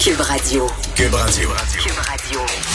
Cube Radio. Cube Radio. Cube Radio.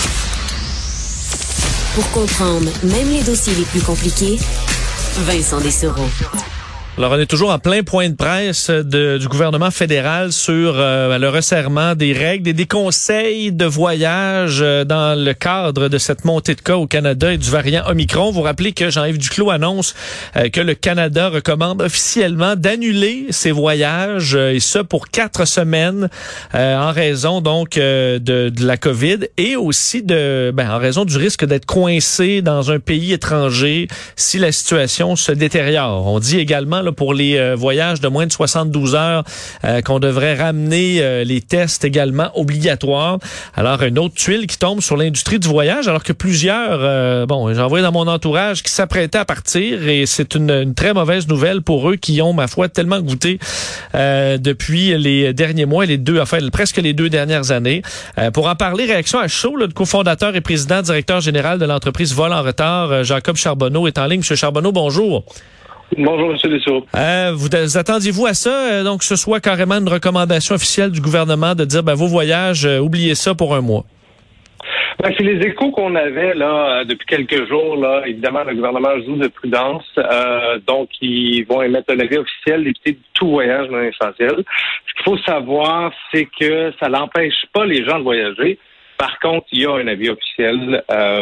Pour comprendre même les dossiers les plus compliqués, Vincent Dessereau. Alors, on est toujours en plein point de presse du gouvernement fédéral sur le resserrement des règles et des conseils de voyage dans le cadre de cette montée de cas au Canada et du variant Omicron. Vous rappelez que Jean-Yves Duclos annonce que le Canada recommande officiellement d'annuler ses voyages, et ce pour 4 semaines, en raison donc de la COVID et aussi en raison du risque d'être coincé dans un pays étranger si la situation se détériore. On dit également pour les voyages de moins de 72 heures qu'on devrait ramener les tests également obligatoires. Alors, une autre tuile qui tombe sur l'industrie du voyage, alors que plusieurs, j'en vois dans mon entourage, qui s'apprêtaient à partir, et c'est une très mauvaise nouvelle pour eux qui ont, ma foi, tellement goûté depuis les derniers mois, presque les 2 dernières années. Pour en parler, réaction à chaud, le cofondateur et président directeur général de l'entreprise Vol en retard, Jacob Charbonneau, est en ligne. Monsieur Charbonneau, bonjour. Bonjour, M. Dessereau. Vous attendiez-vous à ça, donc que ce soit carrément une recommandation officielle du gouvernement de dire, vos voyages, oubliez ça pour un mois? C'est les échos qu'on avait là depuis quelques jours. Là, évidemment, le gouvernement joue de prudence, donc ils vont émettre un avis officiel d'éviter tout voyage non essentiel. Ce qu'il faut savoir, c'est que ça n'empêche pas les gens de voyager. Par contre, il y a un avis officiel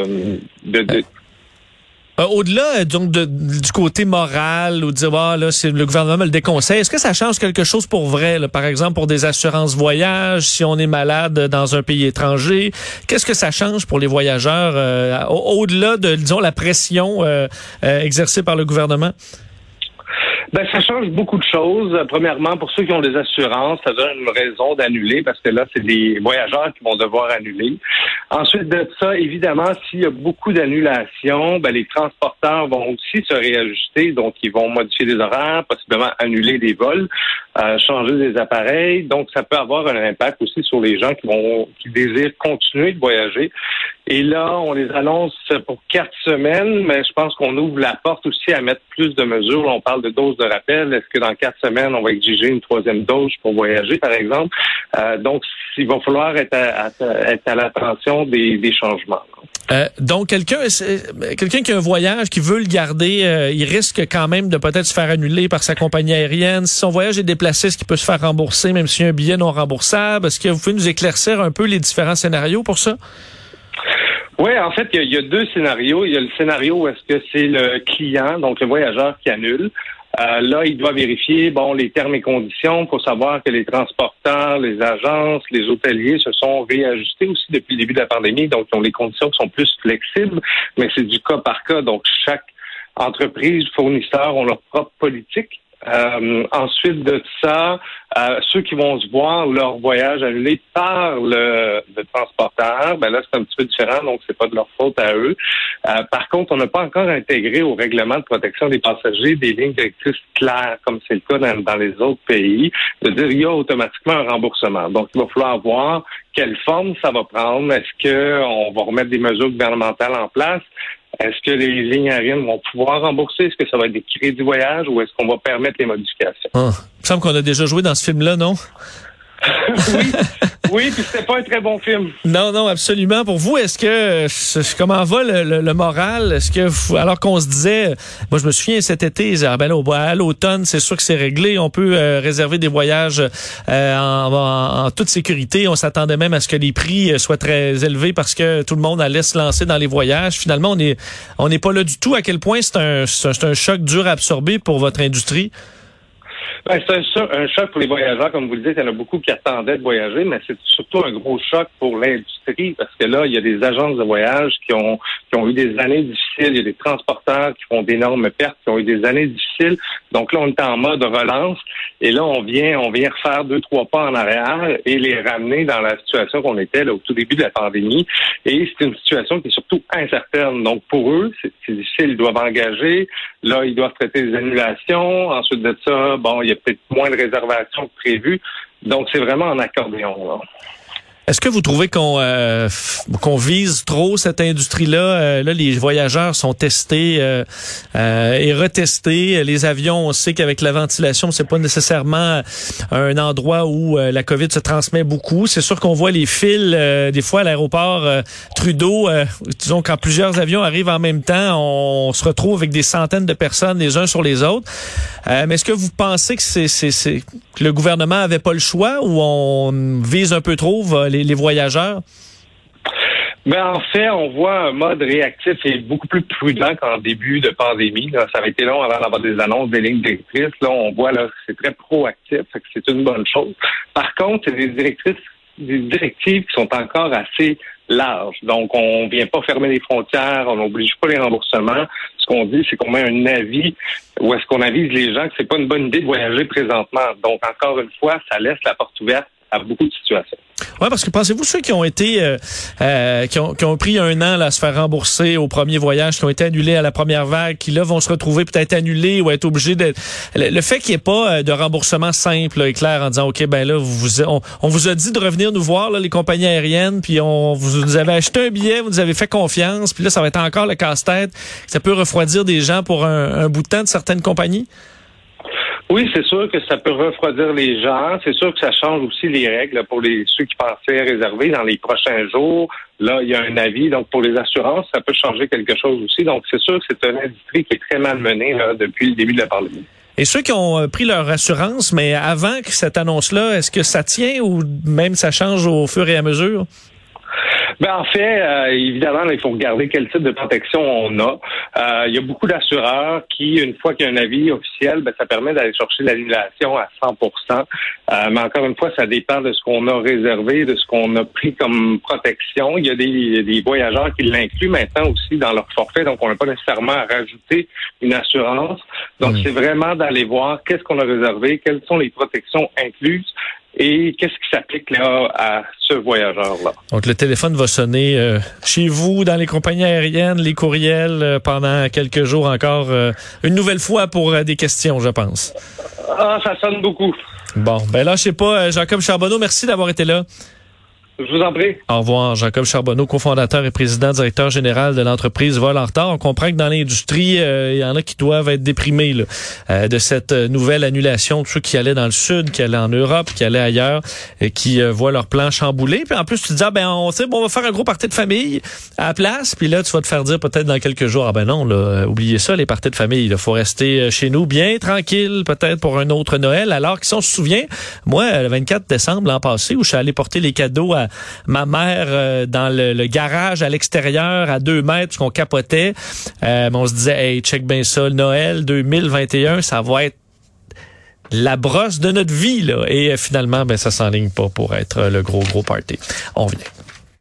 au-delà donc du côté moral ou de dire c'est le gouvernement le déconseille, est-ce que ça change quelque chose pour vrai, là, par exemple pour des assurances voyage, si on est malade dans un pays étranger, qu'est-ce que ça change pour les voyageurs au-delà de la pression exercée par le gouvernement? Ça change beaucoup de choses. Premièrement, pour ceux qui ont des assurances, ça donne une raison d'annuler parce que là, c'est des voyageurs qui vont devoir annuler. Ensuite de ça, évidemment, s'il y a beaucoup d'annulations, les transporteurs vont aussi se réajuster. Donc, ils vont modifier des horaires, possiblement annuler des vols, changer des appareils. Donc, ça peut avoir un impact aussi sur les gens qui désirent continuer de voyager. Et là, on les annonce pour 4 semaines, mais je pense qu'on ouvre la porte aussi à mettre plus de mesures. On parle de doses de rappel. Est-ce que dans 4 semaines, on va exiger une 3e dose pour voyager, par exemple? Donc, il va falloir être à l'attention des changements. Donc, quelqu'un qui a un voyage, qui veut le garder, il risque quand même de peut-être se faire annuler par sa compagnie aérienne. Si son voyage est déplacé, est-ce qu'il peut se faire rembourser, même s'il y a un billet non remboursable? Est-ce que vous pouvez nous éclaircir un peu les différents scénarios pour ça? Oui, en fait, il y a 2 scénarios. Il y a le scénario où est-ce que c'est le client, donc le voyageur, qui annule. Là, il doit vérifier, les termes et conditions. Il faut savoir que les transporteurs, les agences, les hôteliers se sont réajustés aussi depuis le début de la pandémie. Donc, ils ont les conditions qui sont plus flexibles, mais c'est du cas par cas. Donc, chaque entreprise, fournisseur ont leur propre politique. Ensuite de ça, ceux qui vont se voir leur voyage annulé par le transporteur, là c'est un petit peu différent, donc c'est pas de leur faute à eux. Par contre, on n'a pas encore intégré au règlement de protection des passagers des lignes directrices claires, comme c'est le cas dans les autres pays, de dire il y a automatiquement un remboursement. Donc, il va falloir voir quelle forme ça va prendre. Est-ce qu'on va remettre des mesures gouvernementales en place? Est-ce que les lignes aériennes vont pouvoir rembourser? Est-ce que ça va être des crédits voyage ou est-ce qu'on va permettre les modifications? Il me semble qu'on a déjà joué dans ce film-là, non? Oui, puis c'était pas un très bon film. Non, absolument. Pour vous, est-ce que comment va le moral? Est-ce que alors qu'on se disait, moi je me souviens cet été, à l'automne, c'est sûr que c'est réglé, on peut réserver des voyages en toute sécurité. On s'attendait même à ce que les prix soient très élevés parce que tout le monde allait se lancer dans les voyages. Finalement, on n'est pas là du tout. À quel point c'est un choc dur à absorber pour votre industrie? C'est un choc pour les voyageurs, comme vous le dites, il y en a beaucoup qui attendaient de voyager, mais c'est surtout un gros choc pour l'industrie, parce que là, il y a des agences de voyage qui ont eu des années difficiles, il y a des transporteurs qui font d'énormes pertes, qui ont eu des années difficiles. Donc là, on est en mode relance, et là, on vient refaire 2-3 pas en arrière et les ramener dans la situation qu'on était là, au tout début de la pandémie. Et c'est une situation qui est surtout incertaine. Donc pour eux, c'est difficile, ils doivent engager, là, ils doivent traiter des annulations, ensuite de ça, il y a peut-être moins de réservations que prévu. Donc, c'est vraiment en accordéon, là. Est-ce que vous trouvez qu'on vise trop cette industrie-là? Là, les voyageurs sont testés et retestés. Les avions, on sait qu'avec la ventilation, c'est pas nécessairement un endroit où la COVID se transmet beaucoup. C'est sûr qu'on voit les fils, des fois à l'aéroport Trudeau, disons quand plusieurs avions arrivent en même temps, on se retrouve avec des centaines de personnes les uns sur les autres. Mais est-ce que vous pensez que le gouvernement avait pas le choix ou on vise un peu trop les voyageurs? Ben, en fait, on voit un mode réactif et beaucoup plus prudent qu'en début de pandémie. Là, ça avait été long avant d'avoir des annonces, des lignes directrices. Là, on voit là c'est très proactif, fait que c'est une bonne chose. Par contre, c'est des directives qui sont encore assez larges. Donc, on vient pas fermer les frontières, on n'oblige pas les remboursements. Ce qu'on dit, c'est qu'on met un avis où est-ce qu'on avise les gens que c'est pas une bonne idée de voyager présentement. Donc, encore une fois, ça laisse la porte ouverte à beaucoup de situations. Ouais, parce que pensez-vous ceux qui ont été qui ont pris un an là, à se faire rembourser au premier voyage, qui ont été annulés à la première vague, qui là vont se retrouver peut-être annulés ou être obligés d'être. Le fait qu'il n'y ait pas de remboursement simple là, et clair en disant OK, ben là, on vous a dit de revenir nous voir, là, les compagnies aériennes, puis vous avez acheté un billet, vous nous avez fait confiance, puis là, ça va être encore le casse-tête. Ça peut refroidir des gens pour un bout de temps de certaines compagnies? Oui, c'est sûr que ça peut refroidir les gens. C'est sûr que ça change aussi les règles pour ceux qui pensaient réserver dans les prochains jours. Là, il y a un avis. Donc, pour les assurances, ça peut changer quelque chose aussi. Donc, c'est sûr que c'est une industrie qui est très mal menée là, depuis le début de la pandémie. Et ceux qui ont pris leur assurance, mais avant que cette annonce-là, est-ce que ça tient ou même ça change au fur et à mesure? Ben en fait, évidemment, là, il faut regarder quel type de protection on a. Il y a beaucoup d'assureurs qui, une fois qu'il y a un avis officiel, ben ça permet d'aller chercher l'annulation à 100%. Mais encore une fois, ça dépend de ce qu'on a réservé, de ce qu'on a pris comme protection. Il y a des voyageurs qui l'incluent maintenant aussi dans leur forfait, donc on n'a pas nécessairement à rajouter une assurance. Donc c'est vraiment d'aller voir qu'est-ce qu'on a réservé, quelles sont les protections incluses. Et qu'est-ce qui s'applique là à ce voyageur-là? Donc, le téléphone va sonner chez vous, dans les compagnies aériennes, les courriels pendant quelques jours encore. Une nouvelle fois pour des questions, je pense. Ah, ça sonne beaucoup. Bon, ben là, je sais pas, Jacob Charbonneau, merci d'avoir été là. Je vous en prie. Au revoir. Jacob Charbonneau, cofondateur et président directeur général de l'entreprise Vol en retard. On comprend que dans l'industrie, il y en a qui doivent être déprimés là, de cette nouvelle annulation de ceux qui allaient dans le sud, qui allaient en Europe, qui allaient ailleurs, et qui voient leur plan chamboulé. Puis en plus, tu te dis, on va faire un gros party de famille à la place. Puis là, tu vas te faire dire peut-être dans quelques jours, non, là, oubliez ça, les parties de famille. Il faut rester chez nous bien tranquille, peut-être pour un autre Noël. Alors si on se souvient, moi, le 24 décembre l'an passé, où je suis allé porter les cadeaux à ma mère dans le garage à l'extérieur à 2 mètres parce qu'on capotait. On se disait, hey, check bien ça, Noël 2021, ça va être la brosse de notre vie là. Et finalement, ça s'enligne pas pour être le gros party. On vient.